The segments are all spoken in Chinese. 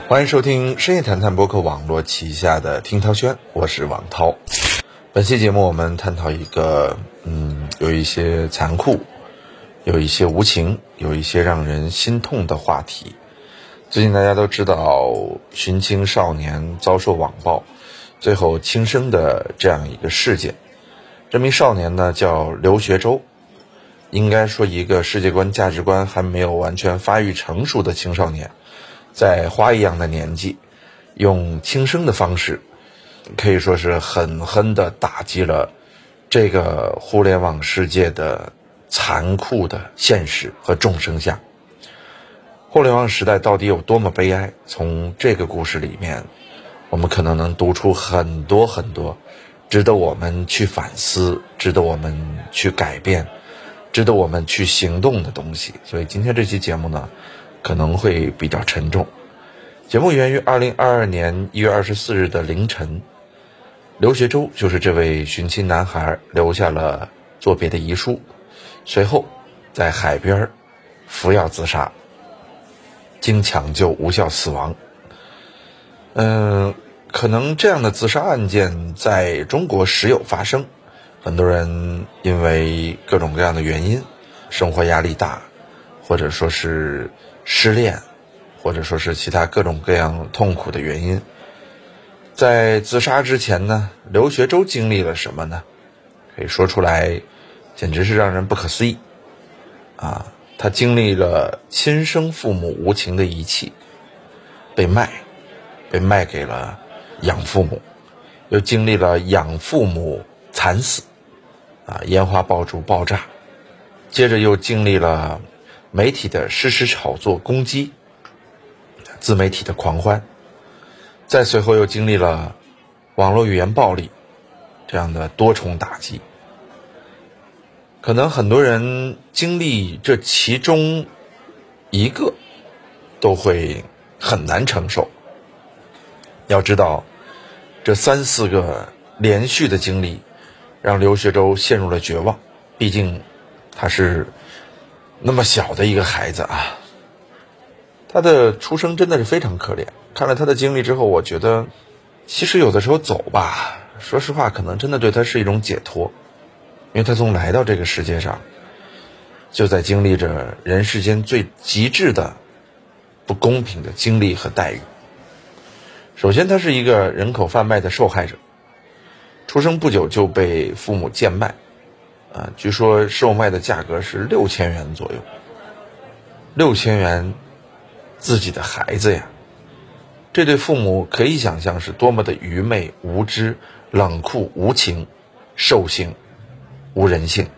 欢迎收听深夜谈谈播客网络旗下的听涛轩，我是王涛。本期节目我们探讨一个有一些残酷，有一些无情，有一些让人心痛的话题。最近大家都知道寻亲少年遭受网暴最后轻生的这样一个事件。这名少年呢叫刘学周，应该说一个世界观价值观还没有完全发育成熟的青少年，在花一样的年纪用轻生的方式，可以说是狠狠地打击了这个互联网世界的残酷的现实和众生相。互联网时代到底有多么悲哀，从这个故事里面我们可能能读出很多很多值得我们去反思，值得我们去改变，值得我们去行动的东西。所以今天这期节目呢可能会比较沉重。节目源于2022年1月24日的凌晨，刘学周就是这位寻亲男孩留下了作别的遗书，随后在海边服药自杀，经抢救无效死亡。可能这样的自杀案件在中国时有发生，很多人因为各种各样的原因，生活压力大，或者说是失恋，或者说是其他各种各样痛苦的原因。在自杀之前呢，刘学周经历了什么呢？可以说出来简直是让人不可思议啊！他经历了亲生父母无情的遗弃，被卖给了养父母，又经历了养父母惨死烟花爆竹爆炸，接着又经历了媒体的实时炒作攻击，自媒体的狂欢，再随后又经历了网络语言暴力这样的多重打击。可能很多人经历这其中一个都会很难承受。要知道这3-4个连续的经历让刘学周陷入了绝望，毕竟他是那么小的一个孩子啊。他的出生真的是非常可怜，看了他的经历之后，我觉得其实有的时候走吧，说实话可能真的对他是一种解脱，因为他从来到这个世界上就在经历着人世间最极致的不公平的经历和待遇。首先他是一个人口贩卖的受害者，出生不久就被父母贱卖据说售卖的价格是6000元左右，6000元自己的孩子呀，这对父母可以想象是多么的愚昧、无知、冷酷、无情、兽性、无人性。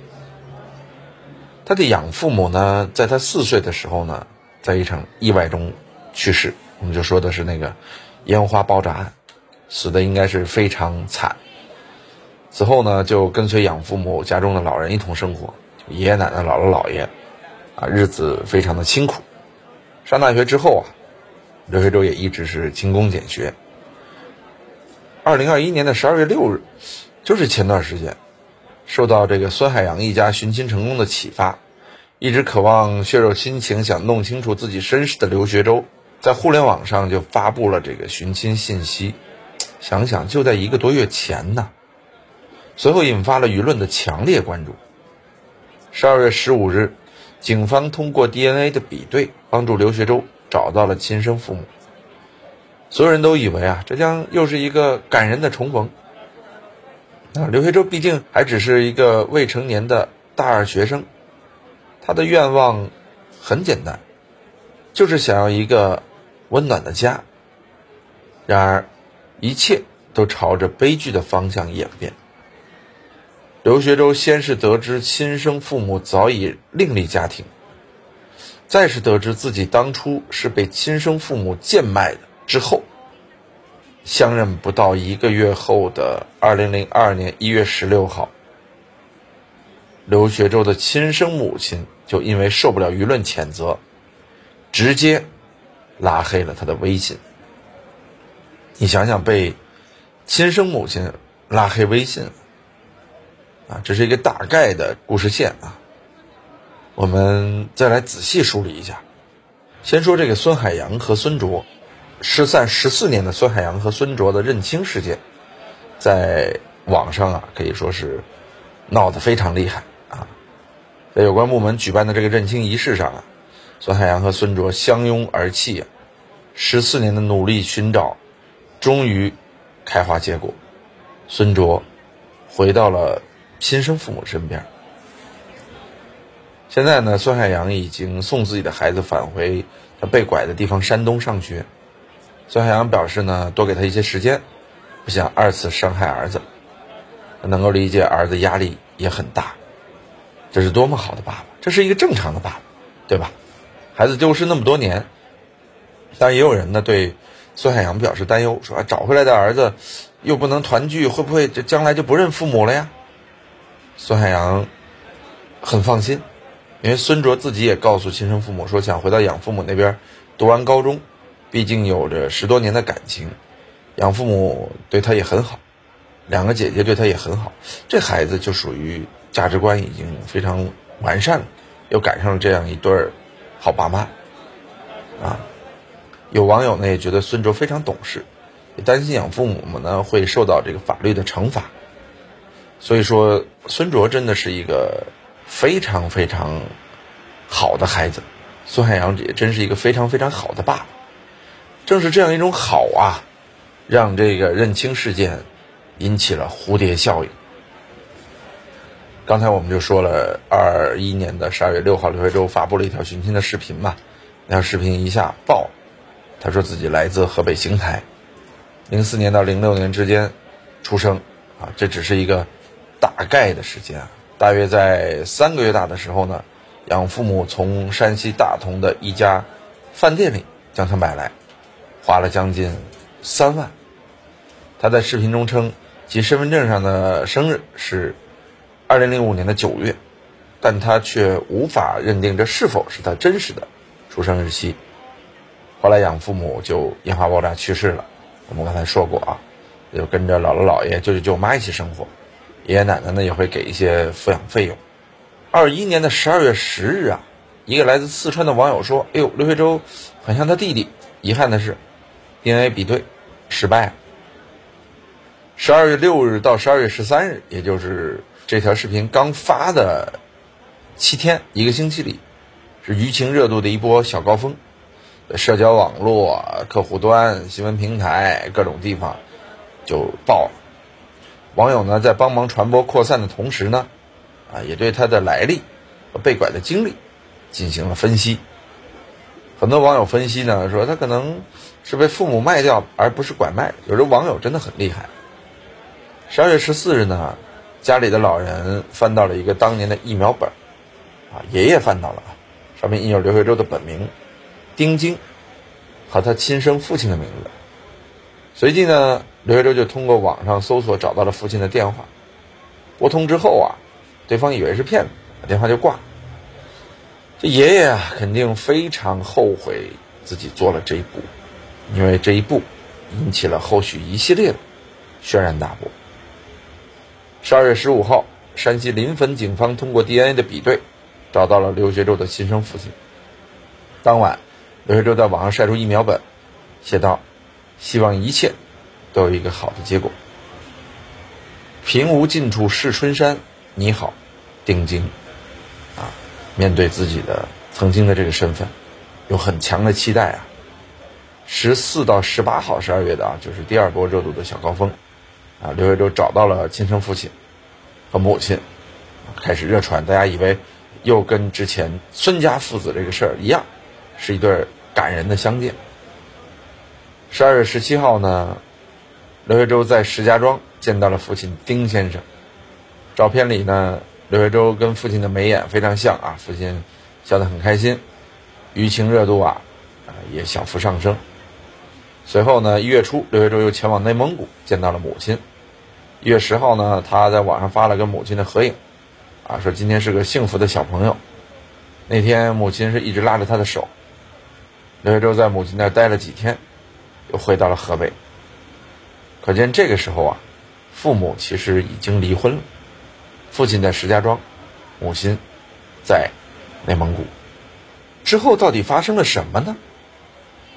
他的养父母呢，在他4岁的时候呢，在一场意外中去世，我们就说的是那个烟花爆炸案，死的应该是非常惨。此后呢，就跟随养父母家中的老人一同生活，爷爷奶奶、姥姥姥爷日子非常的清苦。上大学之后刘学周也一直是勤工俭学。2021年的12月6日，就是前段时间，受到这个孙海洋一家寻亲成功的启发，一直渴望血肉亲情，想弄清楚自己身世的刘学周，在互联网上就发布了这个寻亲信息。想想就在1个多月前呢，随后引发了舆论的强烈关注。12月15日，警方通过 DNA 的比对，帮助刘学周找到了亲生父母。所有人都以为这将又是一个感人的重逢。刘学周毕竟还只是一个未成年的大2学生，他的愿望很简单，就是想要一个温暖的家。然而一切都朝着悲剧的方向演变。刘学周先是得知亲生父母早已另立家庭，再是得知自己当初是被亲生父母贱卖的之后，相认不到1个月后的2002年1月16号，刘学周的亲生母亲就因为受不了舆论谴责，直接拉黑了他的微信。你想想，被亲生母亲拉黑微信这是一个大概的故事线我们再来仔细梳理一下。先说这个孙海洋和孙卓， 失散14年的孙海洋和孙卓的认亲事件，在网上啊可以说是闹得非常厉害啊。在有关部门举办的这个认亲仪式上啊，孙海洋和孙卓相拥而泣啊，14年的努力寻找终于开花结果，孙卓回到了亲生父母身边。现在呢，孙海洋已经送自己的孩子返回他被拐的地方山东上学。孙海洋表示呢，多给他一些时间，不想2次伤害儿子。他能够理解儿子压力也很大，这是多么好的爸爸，这是一个正常的爸爸，对吧？孩子丢失那么多年，但也有人呢对孙海洋表示担忧，说找回来的儿子又不能团聚，会不会这将来就不认父母了呀？孙海洋很放心，因为孙卓自己也告诉亲生父母说，想回到养父母那边读完高中，毕竟有着10多年的感情，养父母对他也很好，2个姐姐对他也很好，这孩子就属于价值观已经非常完善了，又赶上了这样一对好爸妈啊。有网友呢也觉得孙卓非常懂事，也担心养父母们呢会受到这个法律的惩罚，所以说孙卓真的是一个非常非常好的孩子，孙海洋也真是一个非常非常好的爸爸。正是这样一种好啊，让这个认亲事件引起了蝴蝶效应。刚才我们就说了21年的12月6号，刘慧洲发布了一条寻亲的视频嘛，那条视频一下爆，他说自己来自河北邢台，04年到06年之间出生啊，这只是一个大概的时间啊。大约在3个月大的时候呢，养父母从山西大同的一家饭店里将他买来，花了将近3万。他在视频中称其身份证上的生日是2005年的9月，但他却无法认定这是否是他真实的出生日期。后来养父母就烟花爆炸去世了，我们刚才说过啊，就跟着姥姥姥爷、舅舅舅妈一起生活，爷爷奶奶呢也会给一些抚养费用。21年的12月10日啊，一个来自四川的网友说，哎呦，刘慧洲很像他弟弟，遗憾的是 DNA 比对失败。12月6日到12月13日，也就是这条视频刚发的7天1个星期里，是舆情热度的一波小高峰，社交网络、客户端、新闻平台各种地方就爆了。网友呢在帮忙传播扩散的同时呢，也对他的来历和被拐的经历进行了分析。很多网友分析呢说他可能是被父母卖掉而不是拐卖，有的网友真的很厉害。12月14日呢，家里的老人翻到了一个当年的疫苗本爷爷翻到了上面印有刘慧洲的本名丁晶和他亲生父亲的名字。随即呢，刘慧洲就通过网上搜索找到了父亲的电话，拨通之后对方以为是骗子，把电话就挂。这爷爷肯定非常后悔自己做了这一步，因为这一步引起了后续一系列的轩然大波。12月15号，山西临汾警方通过 DNA 的比对，找到了刘学洲的亲生父亲。当晚，刘学洲在网上晒出疫苗本，写道：希望一切都有一个好的结果。平无尽处是春山，你好，丁晶。面对自己的曾经的这个身份，有很强的期待14到18号12月的就是第2波热度的小高峰刘慧洲找到了亲生父亲和母亲，开始热传，大家以为又跟之前孙家父子这个事儿一样，是一对感人的相见。12月17号呢，刘慧洲在石家庄见到了父亲丁先生。照片里呢，刘慧洲跟父亲的眉眼非常像父亲笑得很开心，舆情热度也小幅上升。随后呢，1月初，刘慧洲又前往内蒙古见到了母亲。1月10号呢，他在网上发了跟母亲的合影说今天是个幸福的小朋友。那天母亲是一直拉着他的手。刘慧洲在母亲那儿待了几天，又回到了河北。可见这个时候父母其实已经离婚了，父亲在石家庄，母亲在内蒙古。之后到底发生了什么呢？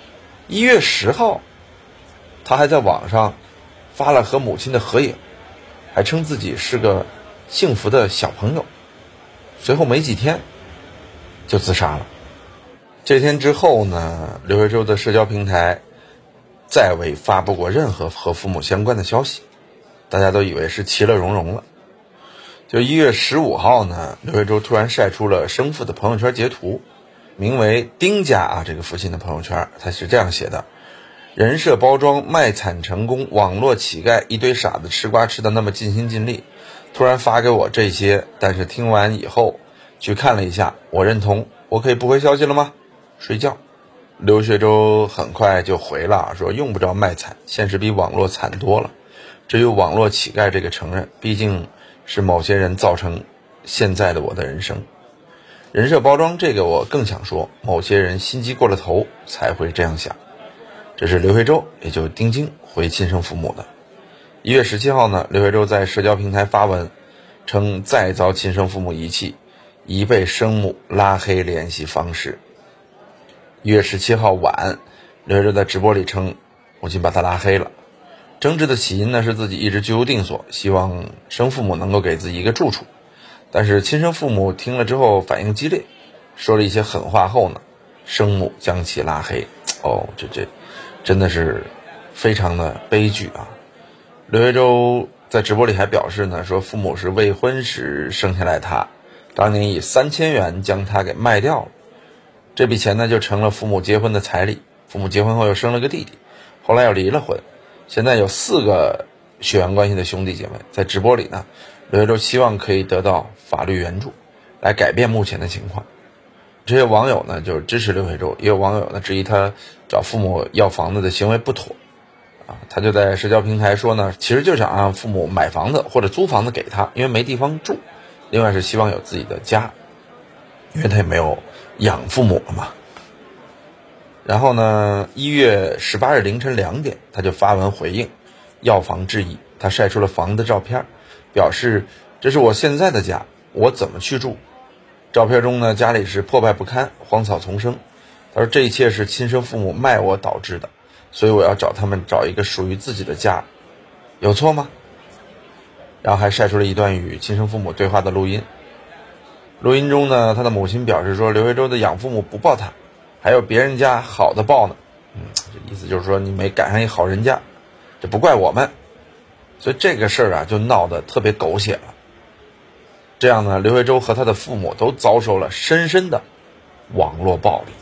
1月10号，他还在网上发了和母亲的合影，还称自己是个幸福的小朋友。随后没几天就自杀了。这天之后呢，刘慧洲的社交平台再未发布过任何和父母相关的消息，大家都以为是其乐融融了。就1月15号呢，刘慧洲突然晒出了生父的朋友圈截图，名为丁家这个父亲的朋友圈，他是这样写的：人设包装卖惨成功，网络乞丐，一堆傻子吃瓜吃的那么尽心尽力，突然发给我这些，但是听完以后去看了一下，我认同，我可以不回消息了吗？睡觉。刘学洲很快就回了，说用不着卖惨，现实比网络惨多了。至于网络乞丐这个承认，毕竟是某些人造成现在的我的人生。人设包装这个我更想说，某些人心机过了头才会这样想。这是刘慧洲，也就是丁晶回亲生父母的。1月17号呢，刘慧洲在社交平台发文称再遭亲生父母遗弃，已被生母拉黑联系方式。1月17号晚，刘慧洲在直播里称母亲把他拉黑了。争执的起因呢是自己一直居无定所，希望生父母能够给自己一个住处，但是亲生父母听了之后反应激烈，说了一些狠话后呢，生母将其拉黑。这真的是非常的悲剧啊！刘慧洲在直播里还表示呢，说父母是未婚时生下来他，当年以3000元将他给卖掉了，这笔钱呢就成了父母结婚的彩礼。父母结婚后又生了个弟弟，后来又离了婚，现在有4个血缘关系的兄弟姐妹。在直播里呢，刘慧洲希望可以得到法律援助，来改变目前的情况。这些网友呢就支持刘慧洲，也有网友呢质疑他找父母要房子的行为不妥他就在社交平台说呢，其实就想让父母买房子或者租房子给他，因为没地方住，另外是希望有自己的家，因为他也没有养父母了嘛。然后呢，1月18日凌晨2点，他就发文回应要房质疑，他晒出了房的照片，表示这是我现在的家，我怎么去住？照片中呢，家里是破败不堪，荒草丛生。他说这一切是亲生父母卖我导致的，所以我要找他们找一个属于自己的家，有错吗？然后还晒出了一段与亲生父母对话的录音。录音中呢，他的母亲表示说，刘慧洲的养父母不抱他，还有别人家好的抱呢。这意思就是说你没赶上一好人家，这不怪我们。所以这个事儿就闹得特别狗血了。这样呢，刘慧洲和他的父母都遭受了深深的网络暴力。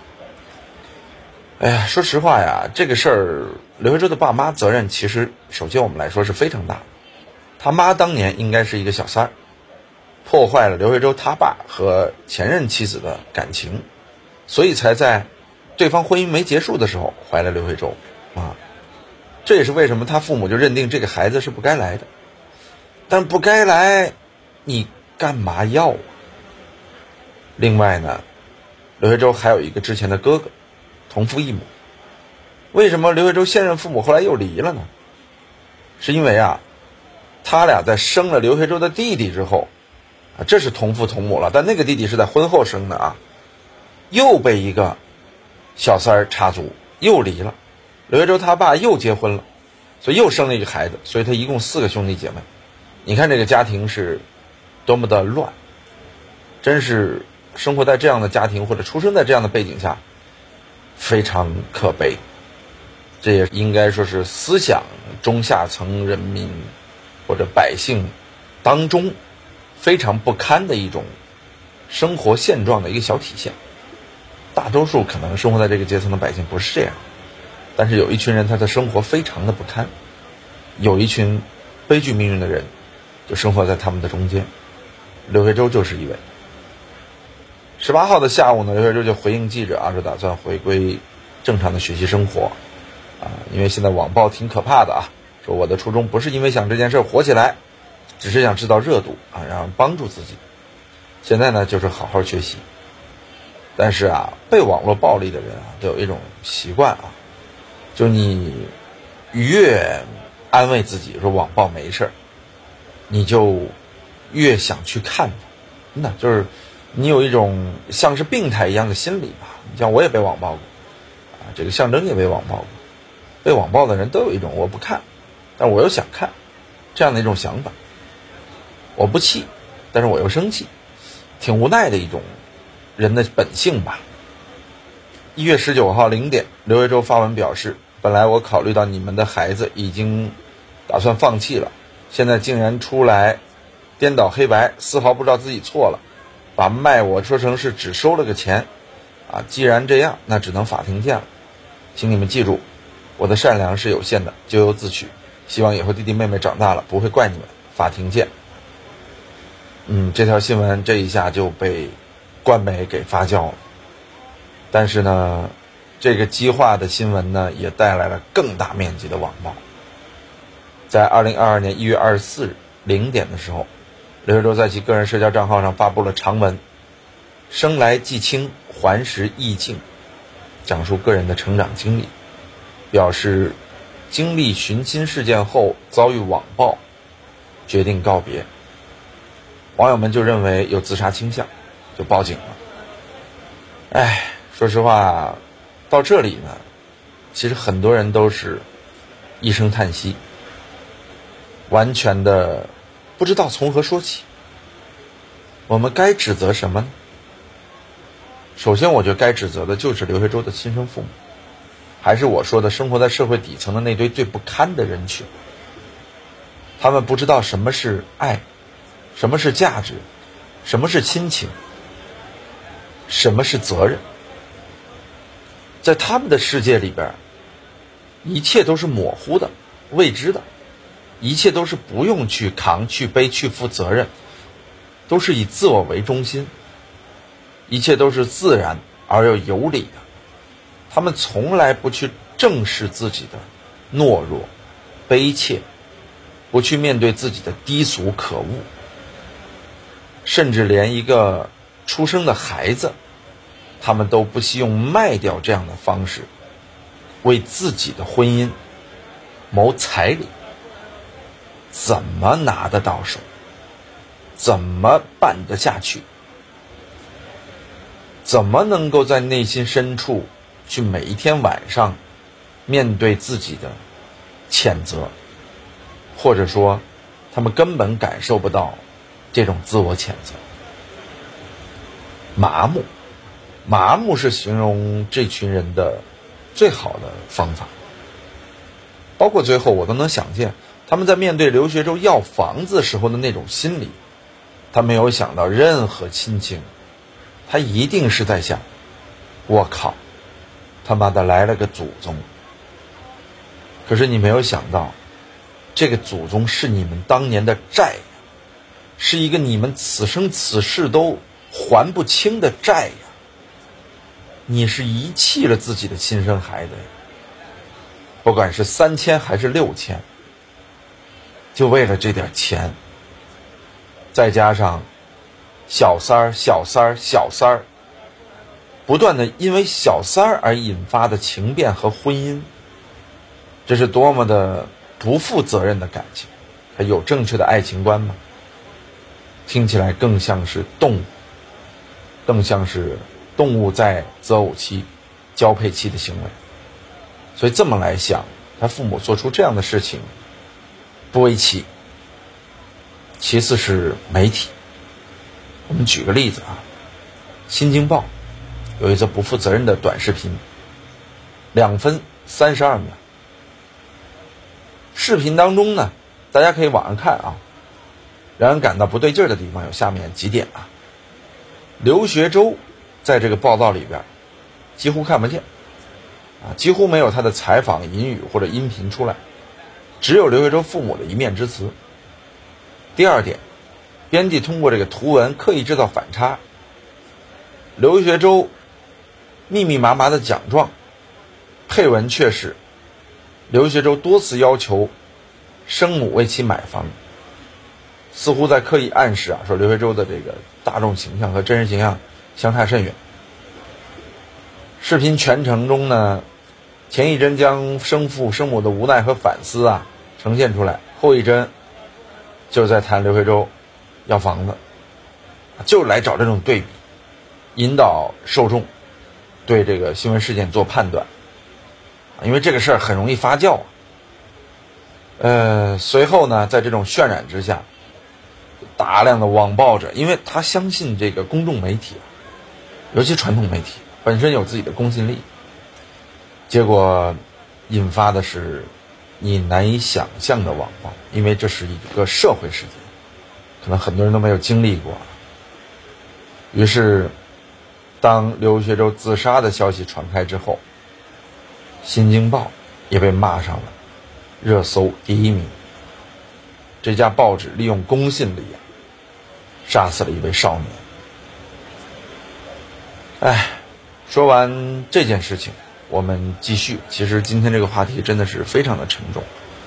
说实话呀，这个事儿刘慧洲的爸妈责任其实首先我们来说是非常大的。他妈当年应该是一个小三儿，破坏了刘慧洲他爸和前任妻子的感情，所以才在对方婚姻没结束的时候怀了刘慧洲这也是为什么他父母就认定这个孩子是不该来的。但不该来你干嘛要另外呢，刘慧洲还有一个之前的哥哥，同父异母。为什么刘慧洲现任父母后来又离了呢？是因为他俩在生了刘慧洲的弟弟之后这是同父同母了，但那个弟弟是在婚后生的又被一个小三儿插足，又离了。刘慧洲他爸又结婚了，所以又生了一个孩子，所以他一共4个兄弟姐妹。你看这个家庭是多么的乱，真是生活在这样的家庭或者出生在这样的背景下，非常可悲。这也应该说是思想中下层人民或者百姓当中非常不堪的一种生活现状的一个小体现。大多数可能生活在这个阶层的百姓不是这样，但是有一群人他的生活非常的不堪，有一群悲剧命运的人就生活在他们的中间。刘慧洲就是一位。18号的下午呢，刘慧洲就回应记者说打算回归正常的学习生活因为现在网暴挺可怕的说我的初衷不是因为想这件事火起来，只是想制造热度然后帮助自己。现在呢就是好好学习。但是被网络暴力的人都有一种习惯就你越安慰自己说网暴没事儿，你就越想去看它。真的就是你有一种像是病态一样的心理吧。你像我也被网暴过这个象征也被网暴过，被网暴的人都有一种我不看，但我又想看这样的一种想法。我不气，但是我又生气，挺无奈的一种人的本性吧。1月19号0点，刘维洲发文表示，本来我考虑到你们的孩子已经打算放弃了，现在竟然出来颠倒黑白，丝毫不知道自己错了，把卖我说成是只收了个钱既然这样，那只能法庭见了。请你们记住，我的善良是有限的，咎由自取，希望以后弟弟妹妹长大了不会怪你们，法庭见。这条新闻这一下就被官媒给发酵了。但是呢，这个激化的新闻呢，也带来了更大面积的网暴。在2022年1月24日0点的时候，刘维洲在其个人社交账号上发布了长文，生来既清，还时亦静，讲述个人的成长经历，表示经历寻亲事件后遭遇网暴，决定告别。网友们就认为有自杀倾向，就报警了。说实话，到这里呢，其实很多人都是一声叹息，完全的不知道从何说起。我们该指责什么呢？首先我觉得该指责的就是刘维洲的亲生父母，还是我说的生活在社会底层的那堆最不堪的人群。他们不知道什么是爱，什么是价值，什么是亲情，什么是责任。在他们的世界里边，一切都是模糊的、未知的，一切都是不用去扛、去背、去负责任，都是以自我为中心，一切都是自然而又有理的。他们从来不去正视自己的懦弱、悲切，不去面对自己的低俗可恶，甚至连一个出生的孩子，他们都不惜用卖掉这样的方式，为自己的婚姻谋彩礼。怎么拿得到手？怎么办得下去？怎么能够在内心深处去每一天晚上面对自己的谴责？或者说他们根本感受不到这种自我谴责。麻木是形容这群人的最好的方法。包括最后我都能想见他们在面对刘学洲要房子时候的那种心理。他没有想到任何亲情，他一定是在想，我靠，他妈的来了个祖宗。可是你没有想到，这个祖宗是你们当年的债，是一个你们此生此世都还不清的债呀。你是遗弃了自己的亲生孩子呀，不管是3000还是6000，就为了这点钱，再加上小三儿，不断的因为小三儿而引发的情变和婚姻，这是多么的不负责任的感情。它有正确的爱情观吗？听起来更像是动物在择偶期、交配期的行为。所以这么来想，他父母做出这样的事情，不为奇。其次是媒体。我们举个例子新京报有一则不负责任的短视频，2分32秒。视频当中呢，大家可以网上看让人感到不对劲的地方有下面几点刘学洲在这个报道里边几乎看不见几乎没有他的采访引语或者音频出来，只有刘学洲父母的一面之词。第二点，编辑通过这个图文刻意制造反差。刘学洲密密麻麻的奖状，配文却是刘学洲多次要求生母为其买房，似乎在刻意暗示说刘学洲的这个大众形象和真实形象相差甚远。视频全程中呢，前一帧将生父生母的无奈和反思呈现出来，后一帧就是在谈刘学洲要房子，就来找这种对比，引导受众对这个新闻事件做判断。 因为这个事儿很容易发酵随后呢，在这种渲染之下，大量的网暴者，因为他相信这个公众媒体，尤其传统媒体本身有自己的公信力，结果引发的是你难以想象的网暴，因为这是一个社会事件，可能很多人都没有经历过。于是当刘学洲自杀的消息传开之后，新京报也被骂上了热搜第1名。这家报纸利用公信力杀死了一位少年。说完这件事情，我们继续。其实今天这个话题真的是非常的沉重。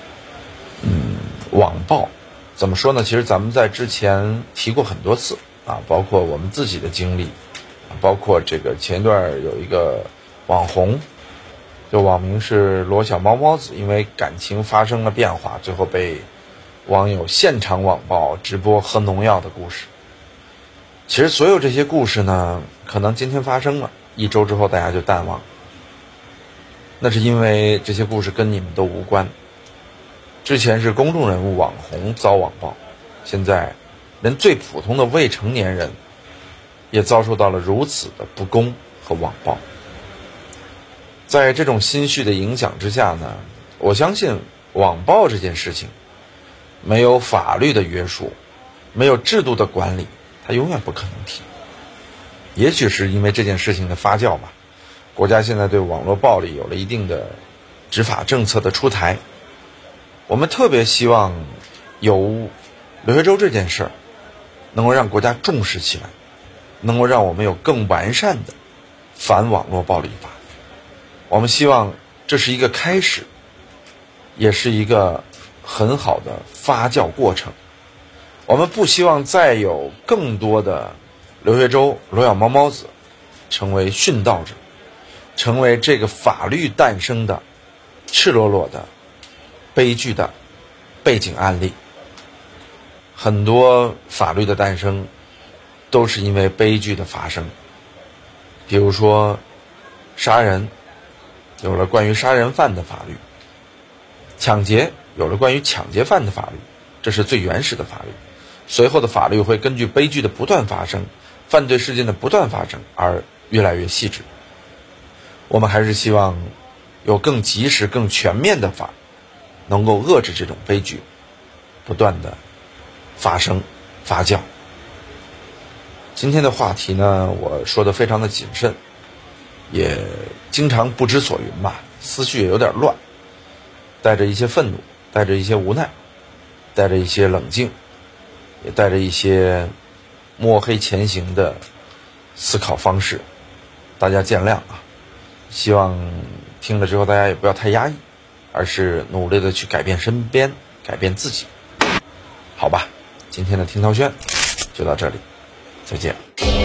网暴怎么说呢？其实咱们在之前提过很多次包括我们自己的经历，包括这个前一段有一个网红，就网名是罗小猫猫子，因为感情发生了变化，最后被网友现场网暴直播喝农药的故事。其实所有这些故事呢，可能今天发生了，1周之后大家就淡忘，那是因为这些故事跟你们都无关。之前是公众人物网红遭网暴，现在连最普通的未成年人也遭受到了如此的不公和网暴。在这种心绪的影响之下呢，我相信网暴这件事情没有法律的约束，没有制度的管理，它永远不可能停。也许是因为这件事情的发酵吧，国家现在对网络暴力有了一定的执法政策的出台。我们特别希望有刘学洲这件事儿能够让国家重视起来，能够让我们有更完善的反网络暴力法。我们希望这是一个开始，也是一个很好的发酵过程。我们不希望再有更多的刘学洲、罗小猫猫子成为殉道者，成为这个法律诞生的赤裸裸的悲剧的背景案例。很多法律的诞生都是因为悲剧的发生，比如说杀人，有了关于杀人犯的法律；抢劫，有了关于抢劫犯的法律，这是最原始的法律。随后的法律会根据悲剧的不断发生，犯罪事件的不断发生而越来越细致。我们还是希望有更及时、更全面的法，能够遏制这种悲剧不断的发生发酵。今天的话题呢，我说的非常的谨慎，也经常不知所云吧，思绪也有点乱，带着一些愤怒，带着一些无奈，带着一些冷静，也带着一些摸黑前行的思考方式，大家见谅啊。希望听了之后大家也不要太压抑，而是努力的去改变身边，改变自己。好吧，今天的听涛轩就到这里，再见。